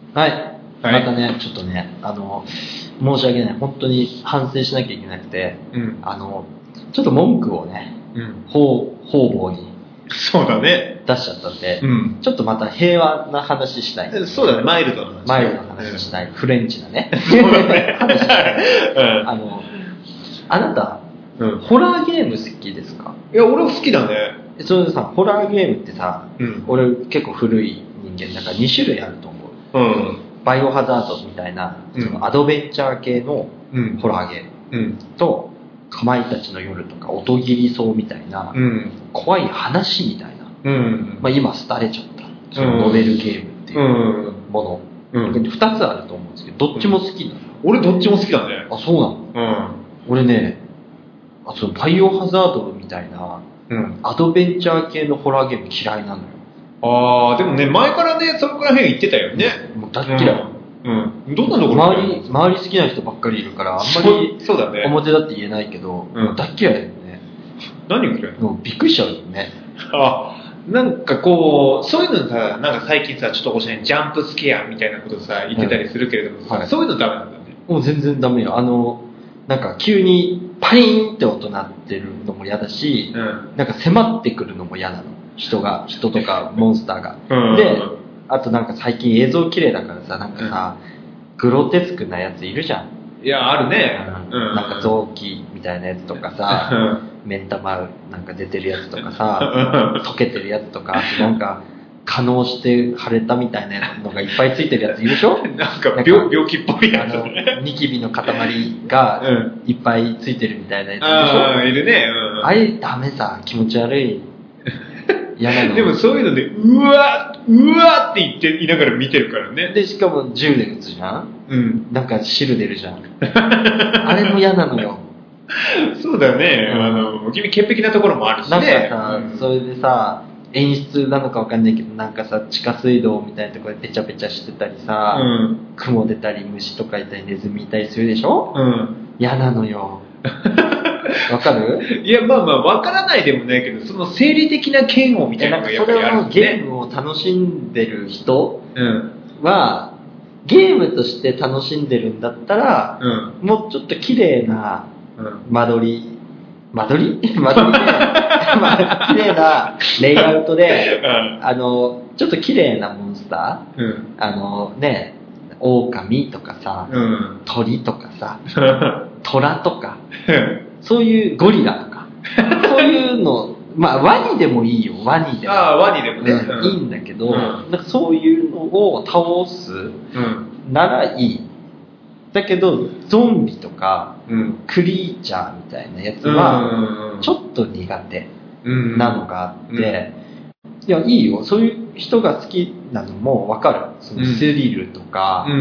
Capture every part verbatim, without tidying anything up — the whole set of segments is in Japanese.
はい、はい、またねちょっとねあの申し訳ない本当に反省しなきゃいけなくて、うん、あのちょっと文句をね、うん、方々にそうだね出しちゃったんで、うん、ちょっとまた平和な話したい。 そうだね、マイルドな話、 マイルドな話したい、うん、フレンチなねそうだね話したい、うん、あのあなた、うん、ホラーゲーム好きですか？ いや俺は好きだね。 それでさホラーゲームってさ、うん、俺結構古い人間だからに種類あると思う、うん、バイオハザードみたいな、うん、そのアドベンチャー系のホラーゲーム、うん、とかまいたちの夜とか音切り草みたいな、うん、怖い話みたいな、うんまあ、今廃れちゃったそのノベルゲームっていうもの、うんうん、ふたつあると思うんですけどどっちも好きなの、うん、 俺どっちも好きだね。 あそうなの、うん、俺ねあそのバイオハザードみたいな、うん、アドベンチャー系のホラーゲーム嫌いなのよ。 あーでもね前からねそこら辺言ってたよね。 もう大嫌い、うんうん、どんなところ周り周り好きな人ばっかりいるからあんまりそうだ、ね、表だって言えないけど、うん、大嫌いだよね。 何嫌い？ もうびっくりしちゃうよね。 あなんかこうそういうのさなんか最近さちょっとおしゃれにジャンプスケアみたいなことさ言ってたりするけれどもさ、はい、そういうのダメなんだね。 もう全然ダメよ。あのなんか急にパリーンって音鳴ってるのも嫌だし、うん、なんか迫ってくるのも嫌なの。人が人とかモンスターが、うん、であとなんか最近映像綺麗だからさなんかさ、うん、グロテスクなやついるじゃん。 いやあるね、 うん、なんか臓器みたいなやつとかさ、うん、目ん玉なんか出てるやつとかさ溶けてるやつとかあとなんか可能して腫れたみたいなのがいっぱいついてるやついるでしょなんか 病, 病気っぽいやつ、 ね、あのニキビの塊がいっぱいついてるみたいなやついるでしょ、 あいるね、うん、 あれダメさ気持ち悪い嫌なの。でもそういうのでうわうわって言っていながら見てるからね。 でしかも銃で撃つじゃん、うん、なんか汁出るじゃんあれも嫌なのよそうだね、うん、あの君潔癖なところもあるしね。 なんかさ、うん、それでさ演出なのかわかんないけどなんかさ地下水道みたいなところでペチャペチャしてたりさ、うん、雲出たり虫とかいたりネズミいたりするでしょ、うん、嫌なのよわかる？ いやまあまあわからないでもないけどその生理的な嫌悪みたいなのがやっぱりあるんですね。 それをゲームを楽しんでる人は、うん、ゲームとして楽しんでるんだったら、うん、もうちょっと綺麗な間取り間取り間取りでまあ綺麗なレイアウトで、うん、あのちょっと綺麗なモンスター、うん、あのね狼とかさ、うん、鳥とかさ虎とかそういうゴリラとかそういうのまあワニでもいいよワニでもあワニでもね、 うん、いいんだけど、うん、なんかそういうのを倒すならいい。だけどゾンビとか、うん、クリーチャーみたいなやつはちょっと苦手なのがあって、うんうん、いやいいよそういう人が好きなのも分かる。そのスリルとか、うん、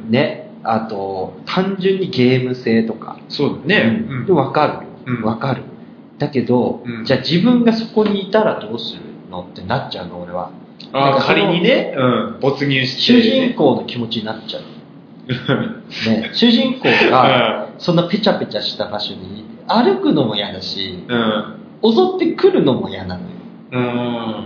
ねあと単純にゲーム性とかそうだね、 うん、で分かるよ、うん、分かる。だけど、うん、じゃあ自分がそこにいたらどうするのってなっちゃうの俺は。 あ仮にね、うん、没入して、 主人公の気持ちになっちゃうね、主人公がそんなペチャペチャした場所に歩くのも嫌だし、うん、襲ってくるのも嫌なのよ、うん、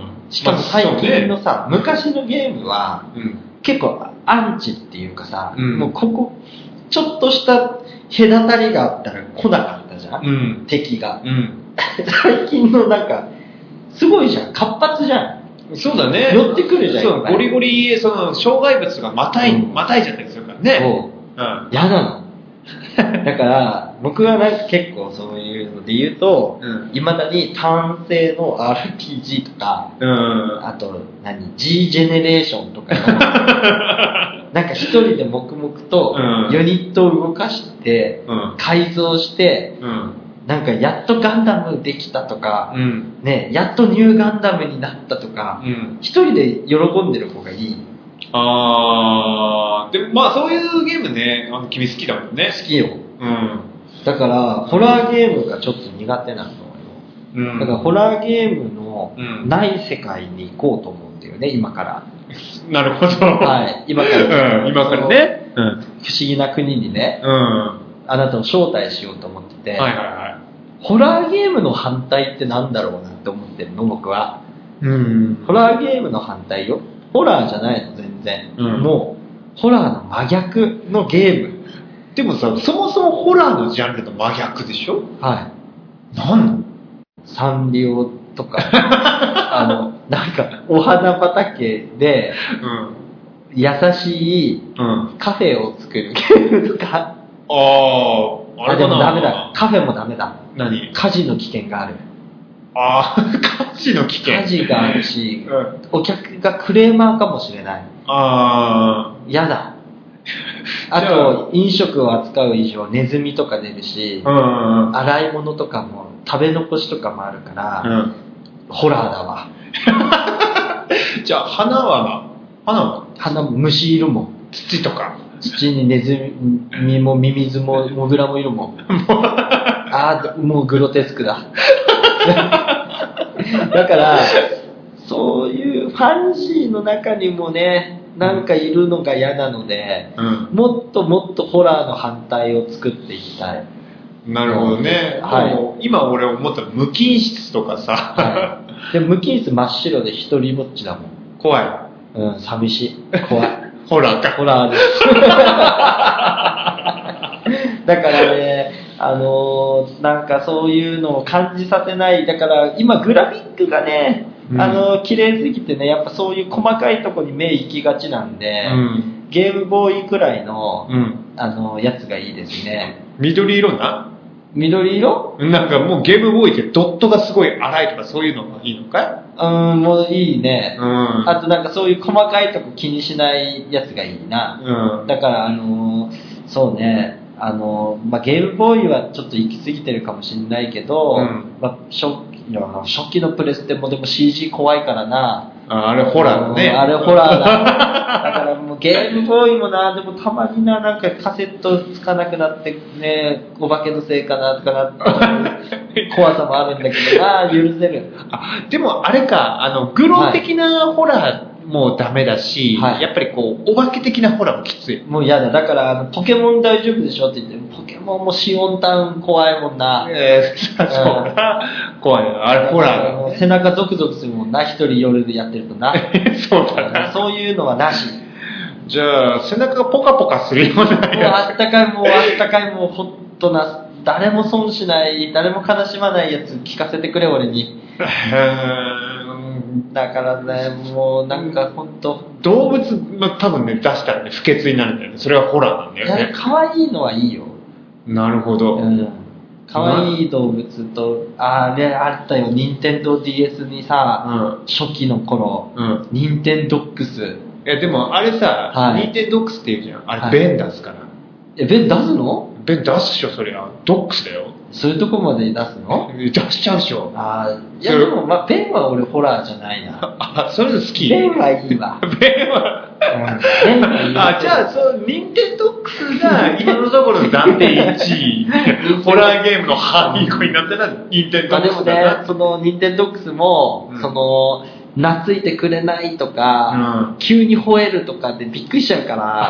しかも最近のさ、まあね、昔のゲームは、うん、結構アンチっていうかさ、うん、もうここちょっとした隔たりがあったら来なかったじゃん、うん、敵が、うん、最近のなんかすごいじゃん活発じゃん。 そうだね。 寄ってくるじゃん。 そうゴリゴリその障害物がまたい、うん、またいじゃったりするからね。 そう。うん。嫌なの。だから僕はなんか結構そういうので言うと、いま、うん、だに単性の アールピージー とか、うん、あと何 G ジェネレーションとかのなんか一人で黙々とユニットを動かして、うん、改造して。うんなんかやっとガンダムできたとか、うん、ね、やっとニューガンダムになったとか、うん、一人で喜んでる方がいい。 あー、でもまあそういうゲームね、あの君好きだもんね。 好きよ。うん。だからホラーゲームがちょっと苦手なのよ。うん、だからホラーゲームのない世界に行こうと思うんだよね、今から。 なるほど。 はい、今から、 うん、今からね、 うん、不思議な国にね、うん、あなたを招待しようと思ってて、はいはいはい。ホラーゲームの反対ってなんだろうなって思ってるの僕は、うん、ホラーゲームの反対よ。ホラーじゃないの全然、うん、もホラーの真逆のゲーム。 でもさ、そもそもホラーのジャンルの真逆でしょ？ はい。 なんサンリオとか、あの、なんか、お花畑で、うん、優しいカフェを作るゲームとか。 ああ、あれかな。 あ、でもダメだ。カフェもダメだ。 何？ 火事の危険がある。 ああ、火事の危険。 火事があるし、うん、お客がクレーマーかもしれない。 ああ。 やだ。あと、飲食を扱う以上、ネズミとか出るし、うんうんうん、洗い物とかも、食べ残しとかもあるから、うん、ホラーだわ。 じゃあ、花はな花は花も虫いるもん。 土とか。 土にネズミもミミズもモグラもいるもん。ああ、もうグロテスクだ。だから、そういうファンシーの中にもね、なんかいるのが嫌なので、うん、もっともっとホラーの反対を作っていきたい。 なるほどね。はい、今俺思ったら無菌室とかさ。 はい、で無菌室真っ白で一人ぼっちだもん。 怖い。 うん、寂しい。怖い。 ホラーか。 ホラーです。だからね、あのー、なんかそういうのを感じさせない。だから今グラフィックがね、うん、あの綺麗すぎてね、やっぱそういう細かいところに目行きがちなんで、うん、ゲームボーイくらいの、うん、あのやつがいいですね。 緑色な？ 緑色？ なんかもうゲームボーイってドットがすごい荒いとかそういうのがいいのかい？ うん、もういいね。うん、あとなんかそういう細かいとこ気にしないやつがいいな。うん、だからあのー、そうね。あのまあ、ゲームボーイはちょっと行き過ぎてるかもしれないけど、うんまあ、初, 初期のプレステもでも シージー 怖いからな。 あ, あれホラーだね。 あれホラーだ。だからもうゲームボーイもな、でもたまにな、なんかカセットつかなくなってね、お化けのせいかなとかなって怖さもあるんだけどな、許せる。 あ、でもあれか、あのグロ的なホラー、はいもうダメだし、はい、やっぱりこうお化け的なホラーもきつい。 もう嫌だ。だからあのポケモン大丈夫でしょって言って、ポケモンもシオンタウン怖いもんな。 えー、そうか、うん、怖いよ。あれホラーだ、ね。 背中ゾクゾクするもんな。一人夜でやってるとな。 そうだな。 そういうのはなし。 じゃあ背中がポカポカするような。もうあったかいもうあったかいもうホットな。誰も損しない、誰も悲しまないやつ聞かせてくれ俺に。だからね、もうなんか本当動物の多分ね出したらね不潔になるんだよね。それはホラーなんだよね。 可愛いのはいいよ。 なるほど。うん、 可愛い動物とあれあったよ。ニンテンドー ディーエス にさ、うん、初期の頃、うん、ニンテンドックス。 いやでもあれさ、はい、ニンテンドックスって言うじゃん。あれ、はい、ベン出すから。 えベン出すの？ ベン出すっしょそりゃ。ドックスだよ。 そういうとこまで出すの？ 出しちゃうでしょ。 ああ、いやでも、まあ、ベンは俺ホラーじゃないな。 あ、そういうの好き？ ベンはいいわ。 ベンは、うん、ベンはいいわ。あ、じゃあ、そう、ニンテンドックスが今のところの暫定いちい、ホラーゲームのハーミーコになったらニンテンドックスだな。まあでもね、 そのニンテンドックスも、うん、その、懐いてくれないとか、うん、急に吠えるとかでびっくりしちゃうから、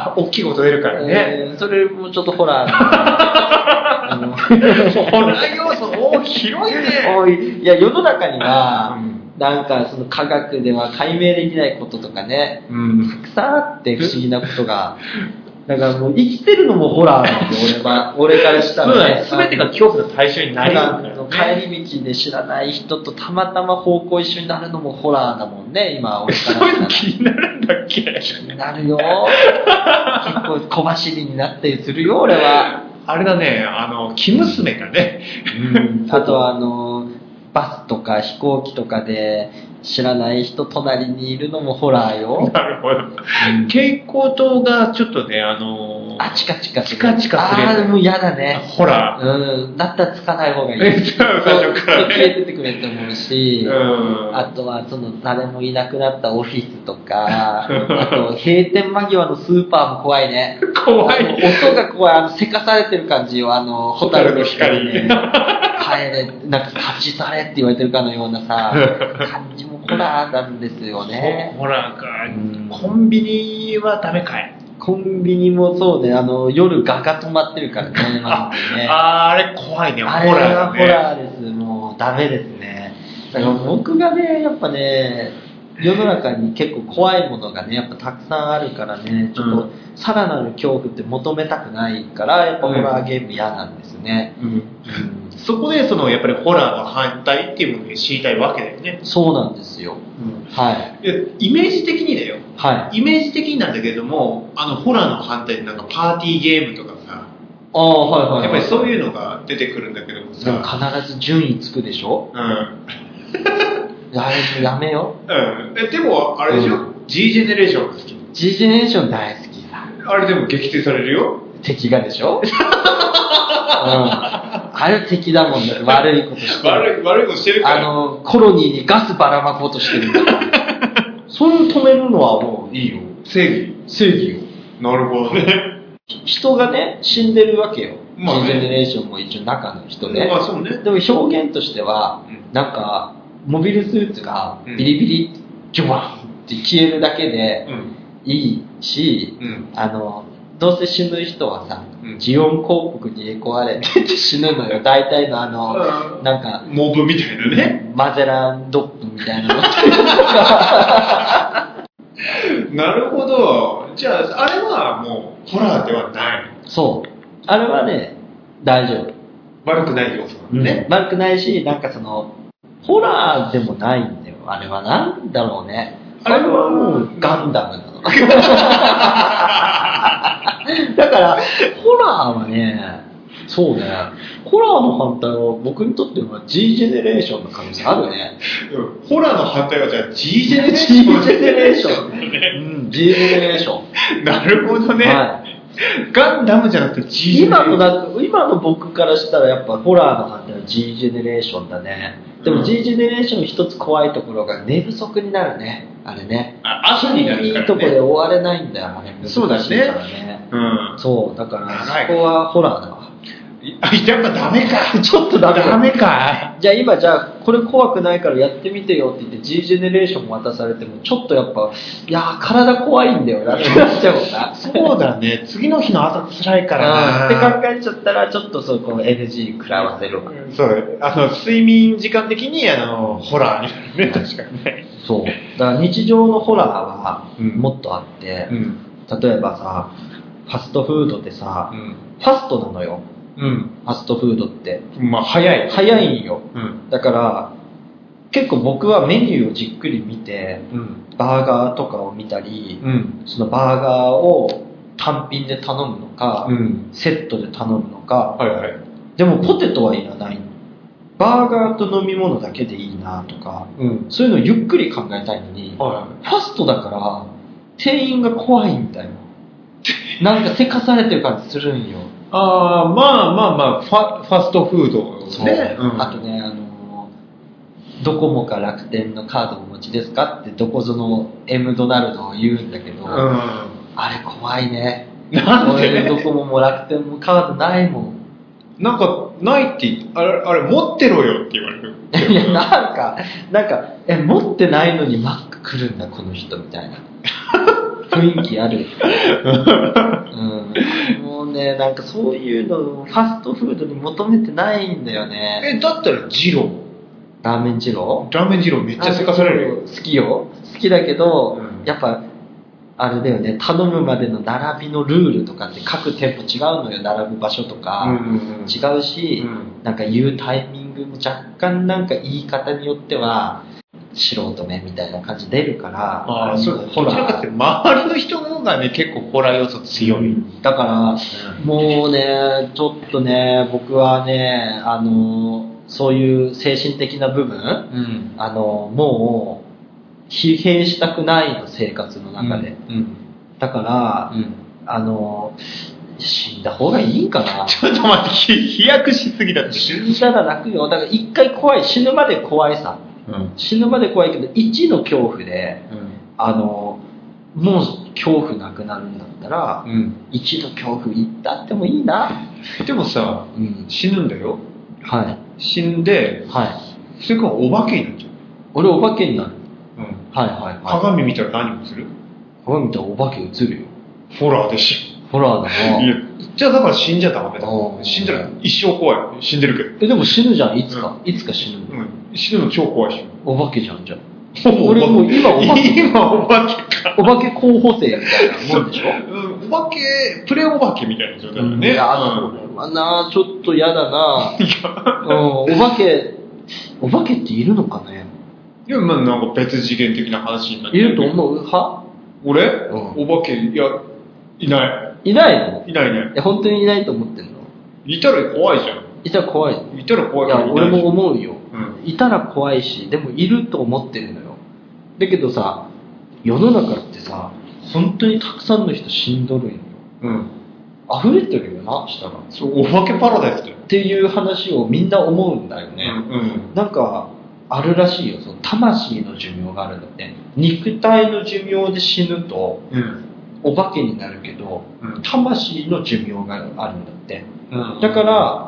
大きいこと出るからね、 えー、それもちょっとホラーあのホラー要素大広いね。 いや世の中には、うん、なんかその科学では解明できないこととかね、うん、たくさんあって不思議なことがだからもう生きてるのもホラーなんで俺は俺からしたらね、 全てが恐怖の対象になりますからね。帰り道で知らない人とたまたま方向一緒になるのもホラーだもんね今俺からそういうの気になるんだっけ？ 気になるよ。結構小走りになったりするよ俺は。 あれだね、あの生娘がね、 うん、あとはあのバスとか飛行機とかで知らない人隣にいるのもホラーよ。 なるほど。うん、蛍光灯がちょっとね、あのー、 あ、チカチカする。 チカチカする。 あー、もう嫌だね。 ホラー。うん。だったらつかない方がいい。 え、じゃあ最初からね。 消えててくれと思うし、うん、あとはその誰もいなくなったオフィスとか、あと閉店間際のスーパーも怖いね。 怖い。 音が怖い。あの、せかされてる感じよ。あの、ホタルの光に、ね。帰れ、なんか立ち去れって言われてるかのようなさ、感じもホラーなんですよね。 ホラーか、うん。コンビニはダメかい？ コンビニもそうね、あの、夜ガが止まってるからね。 あ, ねあ, あれ怖いね、ホラー、ね。 あれはホラーです。もうダメですね。だから僕がね、やっぱね、 世の中に結構怖いものがねやっぱたくさんあるからね、ちょっとさらなる恐怖って求めたくないからやっぱホラーゲーム嫌なんですね、うんうん、 そこでそのやっぱりホラーの反対っていうものを知りたいわけだよね。 そうなんですよ、うん、はい。 イメージ的にだよ、 はい、 イメージ的になんだけれども、あのホラーの反対でなんかパーティーゲームとかさ、 ああ、はいはいはい、 やっぱりそういうのが出てくるんだけどもさ、 でも必ず順位つくでしょ。うんあれやめよう、うん、えでもあれでしょ、うん、G ジェネレーションが好き。 G ジェネレーション大好きさ。 あれでも撃墜されるよ、敵がでしょ、うん、あれ敵だもんだって悪いことしてる悪い、悪いことしてるから、 あのコロニーにガスばらまこうとしてるからそれを止めるのはもういいよ、 正義正義よ。 なるほどね。 人がね死んでるわけよ、まあね、G ジェネレーションも一応中の人で、 まあそうね、 でも表現としては、うん、なんかモビルスーツがビリビリジョバンって消えるだけでいいし、うん、あのどうせ死ぬ人はさ、うん、ジオン広告に壊れて死ぬのよ大体のあの、うん、なんかモブみたいなね、 マゼランドップみたいなのなるほど。じゃああれはもうホラーではない。 そうあれはね大丈夫、 悪くない要素なんね、 うん、悪くないし、なんかそのホラーでもないんだよあれは。なんだろうね、あれはもうガンダムなのだからホラーはね、そうね、ホラーの反対は僕にとっては G ジェネレーションの可能性あるね、 うん、ホラーの反対はじゃあ G ジェネレーション G ジェネレーション、うん、G ジェネレーションなるほどね、はい、ガンダムじゃなくて G ジェネレーション。 今の今の僕からしたらやっぱホラーの反対は G ジェネレーションだね。でも G ジェネレーション一つ怖いところが寝不足になるね、あれね。 あ、朝になるからね。 いいとこで終われないんだよ、あれ。 そうだね。 うん。そう、だからそこはホラーだわ。 やっぱダメか。 ちょっとダメダメか。 じゃあ今じゃあこれ怖くないからやってみてよって言って G ジェネレーション渡されてもちょっとやっぱいやー体怖いんだよなってなっちゃうもんな。 そうだね。次の日の朝辛いからな。 って考えちゃったらちょっとそこ エヌジー 食らわせる。 そうあの睡眠時間的にあのホラーになるね、確かにね。 そうだから日常のホラーはもっとあって、うん、例えばさファストフードってさ、うん、ファストなのよ。うん、ファストフードってまあ早い早いんよ、うん、だから結構僕はメニューをじっくり見て、うん、バーガーとかを見たり、うん、そのバーガーを単品で頼むのか、うん、セットで頼むのか、はいはい、でもポテトはいらない、バーガーと飲み物だけでいいなとか、うん、そういうのをゆっくり考えたいのに、はいはい、ファストだから店員が怖いみたいななんかせかされてる感じするんよ。 ああ、まあまあまあ、ファ、ファストフードね。 うん、あとね、あの、ドコモか楽天のカードをお持ちですかってどこぞの M ドナルドを言うんだけど、うん、あれ怖いね。 なんで、ね、 ドコモも楽天もカードないもん。 なんか、ないって言って、あれ、あれ持ってろよって言われる。 いや、なんか、なんか、え、持ってないのにマック来るんだ、この人みたいな。雰囲気ある、うん、もうねなんかそういうのをファストフードに求めてないんだよね。 えだったらジローラーメン二郎ラーメン二郎めっちゃせかされるよ。 好きよ好きだけど、うん、やっぱあれだよね頼むまでの並びのルールとかって各店舗違うのよ並ぶ場所とか、うんうんうん、違うし、うん、なんか言うタイミングも若干なんか言い方によっては素人目みたいな感じ出るから、 ああ、そう、どちらかって周りの人の方がね結構ホラー要素強い。 だから、うん、もうねちょっとね僕はねあのそういう精神的な部分、うん、あのもう疲弊したくないの生活の中で、うんうん、だから、うん、あの死んだ方がいいんかな。 ちょっと待って飛躍しすぎだって。 死んだら楽よ。だから一回怖い死ぬまで怖いさ。うん、死ぬまで怖いけどいちの恐怖で、うん、あのもう恐怖なくなるんだったら、うん、いちの恐怖いったってもいいな。 でもさ、うん、死ぬんだよ。 はい。 死んで、はい。それからお化けになっちゃう。 俺お化けになる。 うん。はいはいはい。鏡見たら何をする？ 鏡見たらお化け映るよ。 ホラーでしょ。ホラーだな。いや、 じゃあだから死んじゃダメだ。死んだら一生怖い。死んでるけど。 え、でも死ぬじゃん、いつか。うん、いつか死ぬ。 うん。死ぬの超怖いし。 お化けじゃん、じゃあ。 俺もう今お化け。 今お化けか。 お化け候補生みたいなもんでしょ。 うん、お化け、プレお化けみたいな状態だよね。 いや、あの、なちょっと嫌だなうん、お化け、お化けっているのかね。 いや、まあなんか別次元的な話になってる。いると思う派俺、うん、お化け、いや、いない。 いないのいないね。 いや、本当にいないと思ってんのいたら怖いじゃん。 いたら怖い。 いたら怖い。 いや、俺も思うよ、 うん。 いたら怖いし、でもいると思ってるのよ。だけどさ、世の中ってさ、本当にたくさんの人死んどるんよ。 うん。 溢れてるよな、したら。 そう、お化けパラダイスだよ。 っていう話をみんな思うんだよね。 うんうん、 なんか、あるらしいよ。その魂の寿命があるんだって。肉体の寿命で死ぬと、うん、お化けになるけど、うん、魂の寿命があるんだって。うん、だから、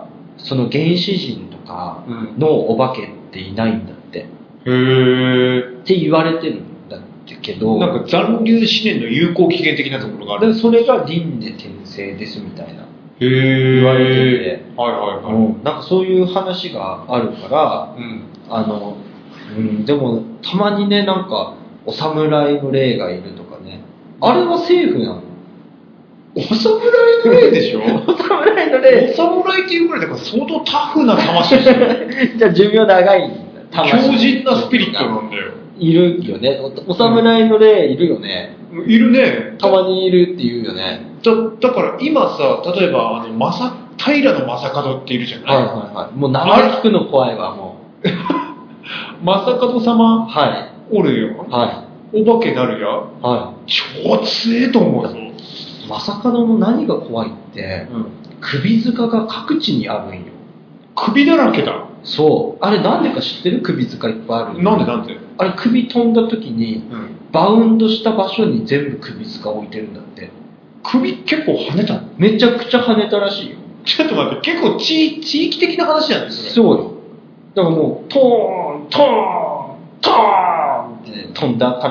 その原始人とかのお化けっていないんだって。 へー。 って言われてるんだけど、 なんか残留思念の有効期限的なところがある。 それが輪廻転生ですみたいな。 へー。 言われてて、 はいはいはい。 うん、なんかそういう話があるから、うん、あの、うん、でもたまにね、なんかお侍の霊がいるとかね、あれはセーフなの？ お侍の霊でしょ？ お侍の霊。 お侍っていうくらいだから相当タフな魂ですよ。 じゃあ寿命長いんだ。 強靭なスピリットなんだよ。 いるよね。お侍の霊いるよね。 うん、いるね。 たまにいるって言うよね。 だ, だから今さ、例えばあのまさ平の正門っているじゃない。 はいはいはい。もう名前聞くの怖いわもう。 正門様。 はい。 おるよ。 はい。 お化けなるや。 はい。 超強えと思うよ。 正門の何が怖いって、うん、首塚が各地にあるんよ。 首だらけだ。 そう。あれなんでか知ってる？首塚いっぱいある。 なんでなんで？ あれ首飛んだ時に、うん、バウンドした場所に全部首塚置いてるんだって。 首結構跳ねた？ めちゃくちゃ跳ねたらしいよ。 ちょっと待って、結構地, 地域的な話なんですよ。 そうよ。だからもう、トーン、トーン、トーンって飛んだから、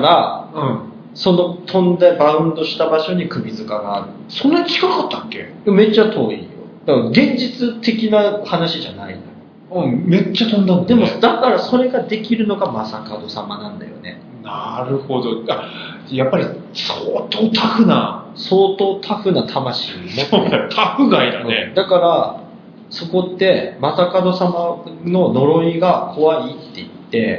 うん、その飛んでバウンドした場所に首塚がある。 そんなに近かったっけ？ めっちゃ遠いよ。だから現実的な話じゃないの。 うん、めっちゃ飛んだんだ、ね、 でもだからそれができるのが正門様なんだよね。 なるほど。あ、やっぱり相当タフな相当タフな魂を持ってる。 そうだ、タフガイだね。 だからそこって正門様の呪いが怖いって言って、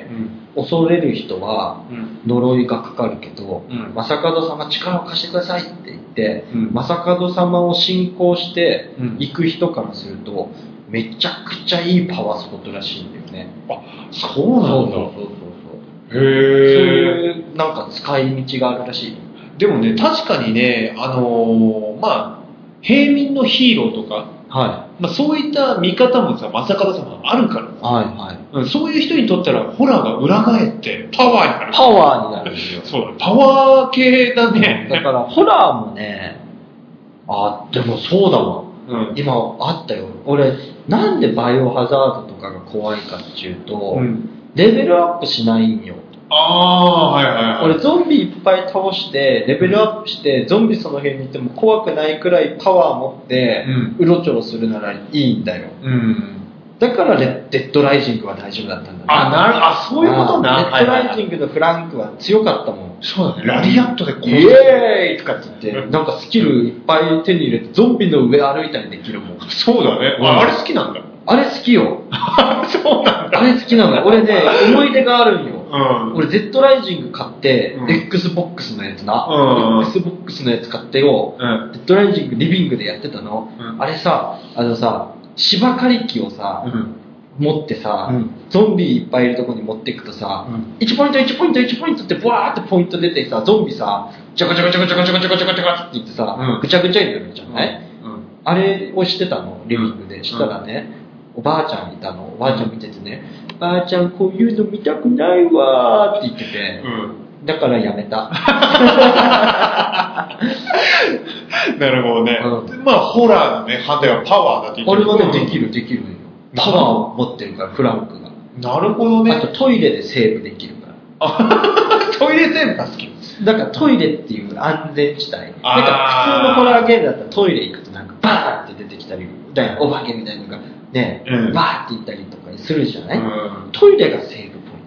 うん、恐れる人は呪いがかかるけど、うん、正門様力を貸してくださいって言って、うん、正門様を信仰して行く人からすると、めちゃくちゃいいパワースポットらしいんだよね。 あ、そうなんだ。 そうそうそうそう。へー。そういうなんか使い道があるらしい。 でもね、確かにね、あのー、まあ平民のヒーローとか、はい。まあそういった見方もさ、正門様あるから。 はいはい。 そういう人にとったらホラーが裏返ってパワーになる。 パワーになるんですよ。 そうだ、パワー系だね。 だからホラーもね、あ、でもそうだわ。うん、今あったよ。俺なんでバイオハザードとかが怖いかっていうと、うん、レベルアップしないんよ。 ああ、はいはいはい。 俺ゾンビいっぱい倒してレベルアップしてゾンビその辺にいても怖くないくらいパワー持ってうろちょろするならいいんだよ。うん、だからレデッドライジングは大丈夫だったんだね。 あ、なる、あ、そういうことな。 デッドライジングのフランクは強かったもん。 そうだね。ラリアットでこう。 イエーイとかって言って、なんかスキルいっぱい手に入れてゾンビの上歩いたりできるもん。 そうだね。あ、あれ好きなんだ。 あれ好きよ。 そうなんだ。 あれ好きなの。俺ね、思い出があるんよ。うん、俺、デッドライジング買って、うん、Xbox のやつな。うん、Xbox のやつ買ってよ、うん、デッドライジングリビングでやってたの。うん、あれさ、あのさ、芝刈り機をさ、うん持ってさ、うん、ゾンビいっぱいいるとこに持っていくとさ、うん、いちポイントいちポイントいちポイントってブワーってポイント出てさ、ゾンビさ、ジャカジャカジャカジャカジャカジャカジャカジャカって言ってさ、うん、ぐちゃぐちゃになるじゃない、うんうん、あれをしてたの、リビングで。したらね、おばあちゃんいたの、おばあちゃん見ててね、ばあちゃんこういうの見たくないわーって言ってて、うん、だからやめた。 なるほどね。うん、まあ、ホラーのね、判定はパワーだって言ってる。 俺はね、できる、できる。パワーを持ってるから、フランクが。 なるほどね。 あとトイレでセーブできるから。 あトイレセーブが好き。 だからトイレっていう安全地帯。なんか普通のホラーゲームだったらトイレ行くとなんかバーンって出てきたり、お化けみたいなのがね、うん、バーって行ったりとかするじゃない、うん、トイレがセーブポイン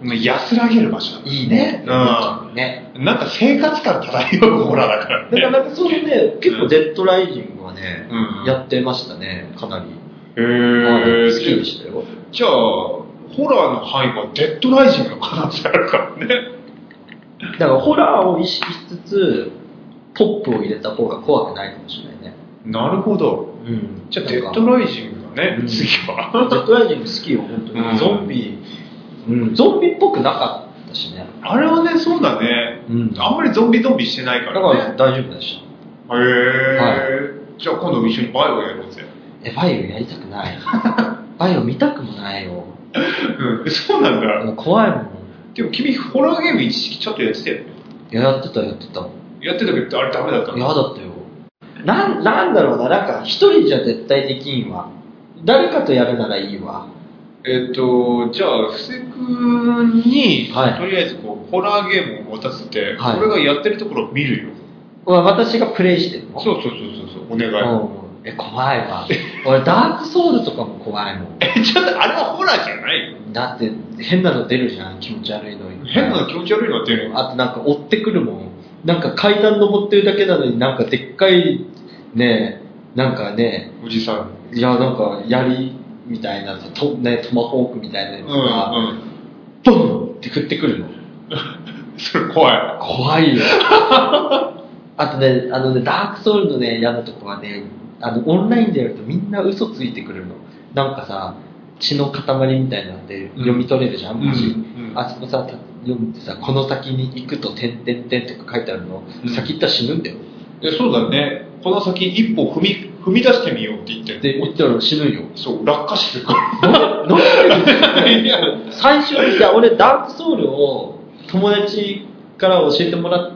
安らげる場所だ。 いいね。 うん。ね。なんか生活感漂うホラーだからね。 だからなんかそのね、結構デッドライジングはね、うん、やってましたね、かなり。 へー。 好きでしたよ。 じゃあ、ホラーの範囲はデッドライジングの可能性あるからね。 だからホラーを意識しつつ、ポップを入れた方が怖くないかもしれないね。 なるほど。うん。じゃあデッドライジングだね、うん、次は。 デッドライジング好きよ、本当に。うん、ゾンビ、うん、ゾンビっぽくなかったしね。 あれはね、そうだね。うん、あんまりゾンビゾンビしてないからね。 だから大丈夫でした。 へー。はい、じゃあ今度一緒にバイオやろうぜ。 え、バイオやりたくない。バイオ見たくもないよ。 うん、そうなんだ。 もう怖いもん。 でも君、ホラーゲーム一時期ちょっとやってたよね。 やってた、やってた。 やってたけど、あれダメだったの？ 嫌だったよ。なん、なんだろうな、なんか一人じゃ絶対できんわ。誰かとやるならいいわ。 えっと、じゃあ、布施君に、はい、とりあえずこう、ホラーゲームを持たせて、はい、俺がやってるところを見るよ。 私がプレイしてるの？ そうそうそうそう、お願い。うん、 え、怖いわ。俺、ダークソウルとかも怖いもん。 え、ちょっと、あれはホラーじゃないよ。 だって、変なの出るじゃん、気持ち悪いの。 変なの気持ち悪いの出るあと、なんか追ってくるもん。なんか階段登ってるだけなのになんかでっかい、ね、なんかね、 おじさん。いや、なんか槍みたいなさ、とね、トマホークみたいなやつが、うんうん、ボンって振ってくるの。 それ怖い。 怖いよ。あとね、あのね、ダークソウルのね、嫌なとこはね、あの、オンラインでやるとみんな嘘ついてくるの。なんかさ、血の塊みたいなんで読み取れるじゃん、文字。うんうん、あそこさ、読んでさ、この先に行くと、てんてんてんとか書いてあるの、うん、先行ったら死ぬんだよ。 いや、そうだね。この先一歩踏み、踏み出してみようって言って。 で、言ったら死ぬよ。 そう、落下するから。 なんで最初に、いや、俺、ダークソウルを友達から教えてもらって、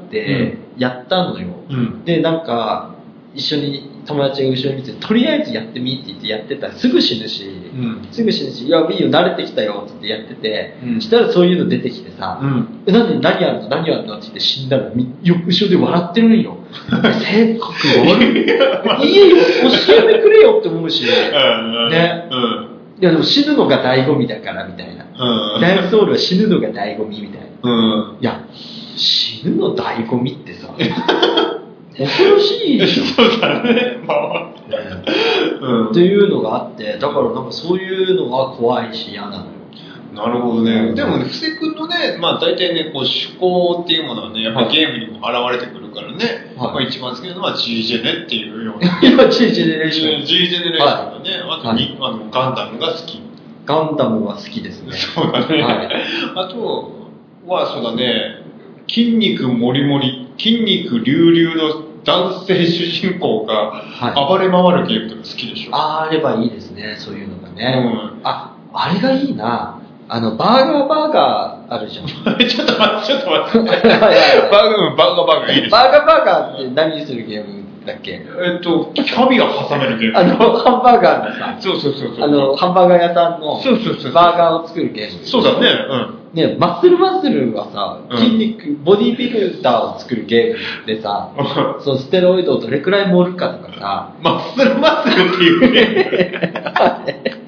やったのよ。うん、で、なんか、一緒に友達が後ろに見て、とりあえずやってみって言ってやってたらすぐ死ぬし、うん、すぐ死ぬし、いや、いいよ、慣れてきたよってやってて、うん、したらそういうの出てきてさ、うん、え、何、何やるの何やるのって言って死んだら、よ後ろで笑ってるんよ。性格悪い。いいよ、教えてくれよって思うし、ね。うん、いや、でも死ぬのが醍醐味だからみたいな。うん、ダイソウルは死ぬのが醍醐味みたいな。うん、いや、死ぬの醍醐味ってさ、恐ろしいでしょ。 そうだね。まあ、 うん、っていうのがあって、だからなんかそういうのが怖いし嫌なのよ。 なるほどね。でもね、布施君のね、まあ大体ね、こう趣向っていうものはね、やっぱりゲームにも現れてくるからね、はい、まあ、一番好きなのは G ジェネっていうような。 今 G ジェネレーション。 G ジェネレーションがね、はい、あとに、はい、あのガンダムが好き。 ガンダムは好きですね。 そうだね。はい、あとは、そうだね、筋肉もりもり、筋肉隆々の男性主人公が暴れ回るゲームとか好きでしょ、 はい、あればいいですね、そういうのがね。うん、あ、あれがいいな。あの、バーガーバーガーあるじゃん。 ちょっと待って、ちょっと待って。バーガー、バーガーバーガーいいです。 バーガーバーガーって何するゲームだっけ？ えっと、キャビア挟めるゲーム。 あの、ハンバーガーのさ、 そうそうそうそう。 あの、ハンバーガー屋さんのそうそうそう。 バーガーを作るゲーム。 そうだね、うん。 ね、マッスルマッスルはさ、筋肉、うん、ボディビルダーを作るゲームでさ、そう、ステロイドをどれくらい盛るかとかさ、 マッスルマッスルっていうゲーム。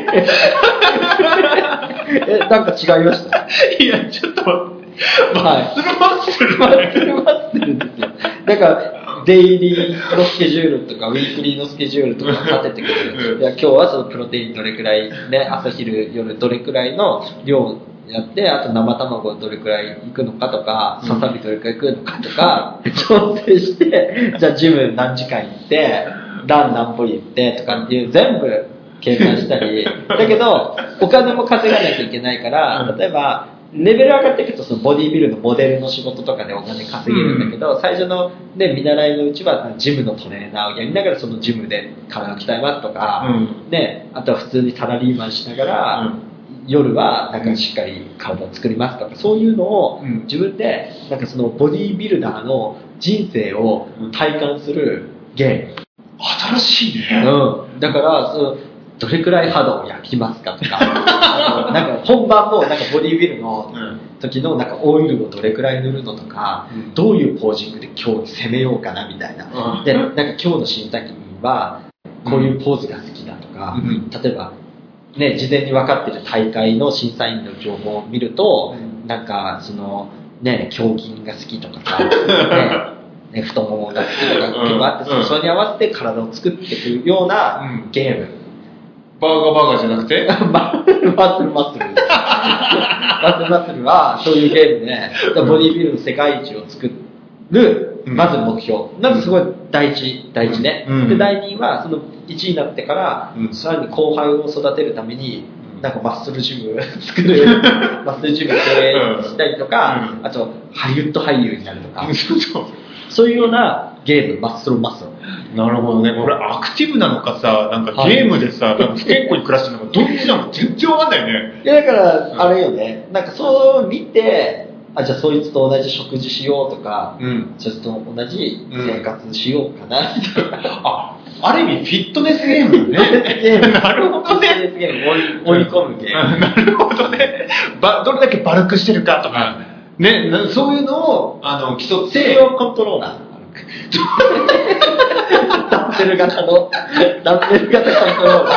え、なんか違いました？ いや、ちょっと待って。マッスルマッスル、 マッスルマッスルですよ。だから、デイリーのスケジュールとか、ウィークリーのスケジュールとか立ててくる。いや、今日はそのプロテインどれくらい、ね、朝昼夜どれくらいの量やって、あと生卵どれくらいいくのかとか、ささみどれくらい食うのかとか、調整して、じゃあジム何時間行って、ラン何歩行ってとかっていう全部、計算したり、だけど、お金も稼がなきゃいけないから、例えば、レベル上がっていくと、そのボディビルのモデルの仕事とかでお金稼げるんだけど、うん、最初の、ね、見習いのうちは、ジムのトレーナーをやりながら、そのジムで体を鍛えますとか、うん、ね、あとは普通にサラリーマンしながら、うん、夜はなんかしっかり体を作りますとか、そういうのを自分で、なんかそのボディビルダーの人生を体感するゲーム。 新しいね。 うん。だから、そのどれくらい肌を焼きますかとか、なんか本番もなんかボディビルの時のなんかオイルをどれくらい塗るのとか、うん、どういうポージングで今日攻めようかなみたいな。うん、で、なんか今日の新滝はこういうポーズが好きだとか、うん、例えばね、事前に分かってる大会の審査員の情報を見ると、うん、なんかそのね胸筋が好きとかさ、ねね、太ももが好きとか結構あって、うん、それに合わせて体を作っていくようなゲーム、うん、 バーガーバーガーじゃなくてマッスルマッスルマッスルマッスルマッスルはそういうゲームで、ね、ボディビルの世界一を作る、うん、まず目標、まずすごい第一第一ね、うん、でだいにいはそのいちいになってから、うん、さらに後輩を育てるためになんかマッスルジム作るマッスルジム経営したりとか、うん、あとハリウッド俳優になるとかそういうようなゲーム、マッスルマッスル。 なるほどね。これアクティブなのかさ、なんかゲームでさ、不健康に暮らしてるのかどっちなのか全然わかんないね。 いやだからあれよね、なんかそう見て、あじゃあそいつと同じ食事しようとか、うん、そいつと同じ生活しようかなみたいな。 あ、ある意味フィットネスゲームね。なるほどね。フィットネスゲーム追い込むゲーム。 なるほどね。ばどれだけバルクしてるかとか。ね、そういうのをあの競って西洋コントローラーダンベル型のダンベル型コントローラ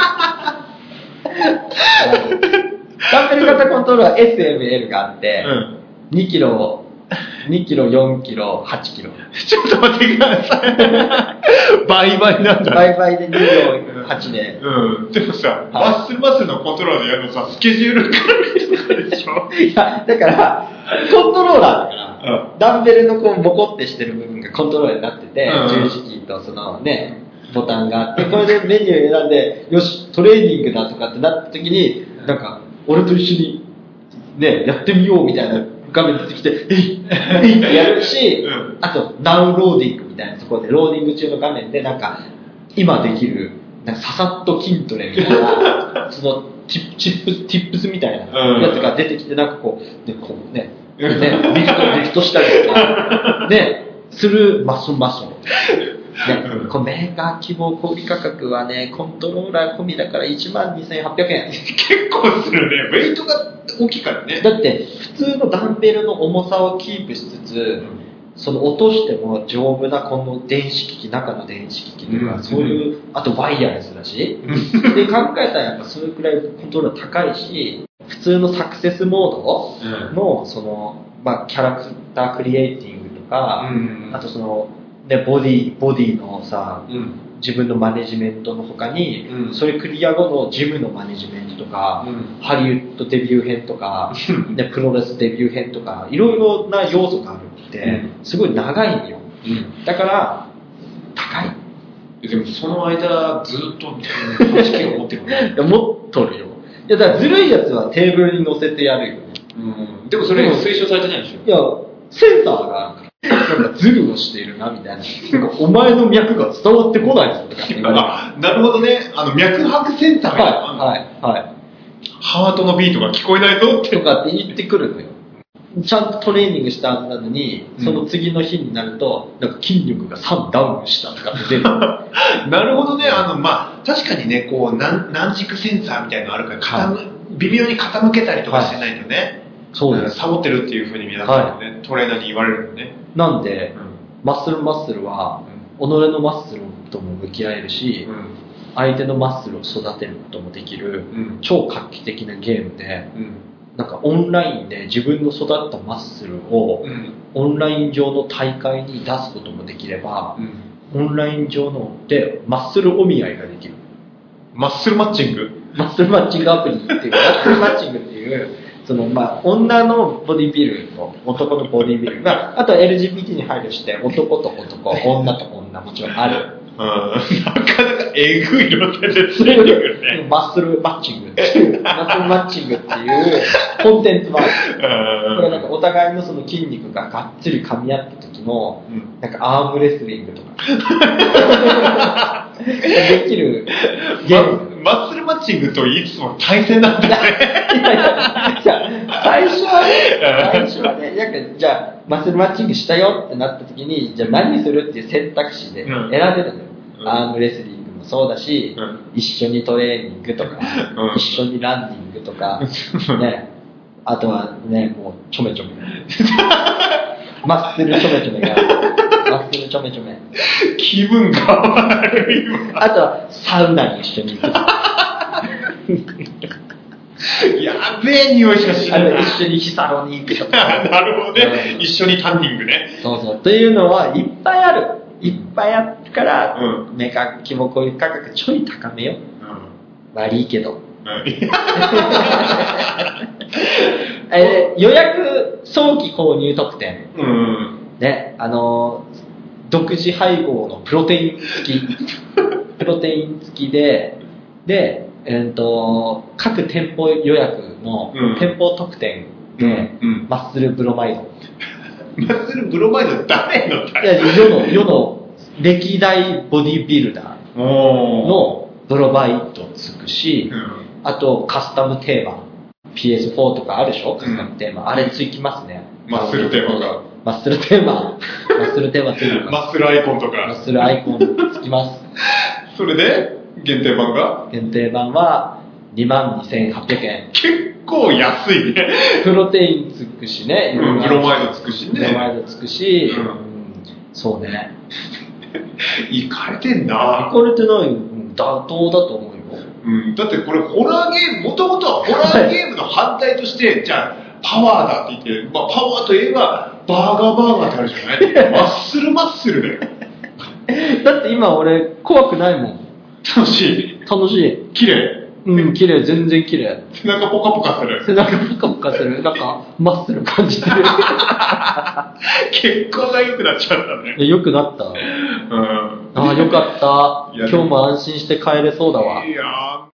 ーダンベル型コントローラー エスエムエル があって、うん、にキロにキロよんキロはちキロちょっと待ってください倍々なんだ倍々でにキロはちで、 うん、でもさ、はい、マッスルマッスルのコントローラーでやるのさスケジュールからでしょいやだからコントローラーだから、うん、ダンベルのこうボコってしてる部分がコントローラーになってて、うん、十字キーとそのねボタンがあってこれでメニュー選んでよしトレーニングだとかってなった時になんか俺と一緒にねやってみようみたいな画面出てきてえいえいってやるし、うん、あとダウンローディングみたいなところでローディング中の画面でなんか今できるなんかささっと筋トレみたいなそのチップチップティップスみたいなやつが出てきてなんかこうでこうねねリフトリフトしたりとかねするマッスルマッスルね、うん、このメーカー希望小売価格はねコントローラー込みだからいちまんにせんはっぴゃくえん結構するね。ウェイトが大きいからね。 だって普通のダンベルの重さをキープしつつ、うん、その落としても丈夫なこの電子機器中の電子機器とか、うん、そういうあとワイヤレスだし、うん、で考えたらやっぱそれくらいコントローラー高いし普通のサクセスモードの、その、まあ、キャラクタークリエイティングとか、うん、あとそのでボディボディのさ、うん、自分のマネジメントの他に、うん、それクリア後のジムのマネジメントとか、うん、ハリウッドデビュー編とかでプロレスデビュー編とかいろいろな要素があるって、うん、すごい長いんよ、うん、だから高い。 でもその間ずっとはちキロ持ってるのいや持っとるよ。いやだからずるいやつはテーブルに乗せてやるよね、 うん、でもそれ推奨されてないでしょ。 いやセンサーがあるからなんかズルをしているなみたいな。お前の脈が伝わってこないぞとか言われて。 あ、なるほどね。あの脈拍センサーみたいなのがあるの。はい、はい、はい。ハートのビートが聞こえないぞって。 とかって言ってくるのよ。ちゃんとトレーニングしたはずなのに、その次の日になると、なんか筋力がさんダウンしたとかって出る。 なるほどね。あの、まあ、確かにね、こう、軟軸センサーみたいなのあるから、傾、はい、微妙に傾けたりとかしてないとね。はい、そうです。サボってるっていう風に皆さんね、はい、トレーナーに言われるよね。 なんで、うん、マッスルマッスルは、うん、己のマッスルとも向き合えるし、うん、相手のマッスルを育てることもできる、うん、超画期的なゲームで、うん、なんかオンラインで自分の育ったマッスルを、うん、オンライン上の大会に出すこともできれば、うん、オンライン上のでマッスルお見合いができる。 マッスルマッチングマッスルマッチングアプリっていうマッスルマッチングっていうそのまあ女のボディビルと男のボディビル、まあ、あとは エルジービーティー に配慮して男と男女と女もちろんある。 うん、なかなかえぐいので出てくるね。 マッスルマッチングっていうマッスルマッチングっていうコンテンツもある。これなんかお互いのその筋肉ががっつり噛み合った時の、うん、なんかアームレスリングとかできるゲーム。 マッスルマッチングと言いつつも対戦なんだね。いやいやじゃあ最初はね、最初はね、なんかじゃあマッスルマッチングしたよってなった時に、じゃあ何するっていう選択肢で選べるのよ。うん、アームレスリングもそうだし、うん、一緒にトレーニングとか、うん、一緒にランニングとか、ね、あとはね、もうちょめちょめ。マッスルちょめちょめが。マッスルちょめちょめ。 気分が悪いわ。 あとはサウナに一緒に行く。 やべえ匂いしかしないな。 一緒にヒサロに行くとか。 なるほどね、うん。一緒にタンニングね。 そうそう。というのはいっぱいある。いっぱいあるから、うん、メカ希望小売価格ちょい高めよ。うん、悪いけど。うん、えー、予約早期購入特典。うん、ね、あのー、独自配合のプロテイン付き。プロテイン付きで、で、えー、と各店舗予約の店舗特典で、うん、マッスルブロマイド。 マッスルブロマイド誰のいや世の世の歴代ボディビルダーのブロマイドつくし、うん、あとカスタムテーマ ピーエスフォー とかあるでしょ、カスタムテーマ、うん、あれつきますね。 マッスルテーマがマッスルテーママッスルテーマつきます。 マッスルアイコンとかマッスルアイコンつきます。 それで限定版が限定版はにまんにせんはっぴゃくえん。 結構安いね。 プロテインつくしね、 うん、ブロマイドつくしね。 ブロマイドつくし、うんうん、そうね。 いかれてんな。 いかれてないよ。妥当だと思うよ。 うん、だってこれホラーゲーム、もともとはホラーゲームの反対として、じゃあパワーだって言って、まあ、パワーといえばバーガーバーガーってあるじゃないマッスルマッスルだよ。 だって今俺怖くないもん。 楽しい。 楽しい。 綺麗。 うん、綺麗、全然綺麗。 背中ポカポカする。 背中ポカポカする。なんか、マッスル感じてる。 血行が良くなっちゃったね。 良くなった。うん。ああ、よかった。今日も安心して帰れそうだわ。 いやー。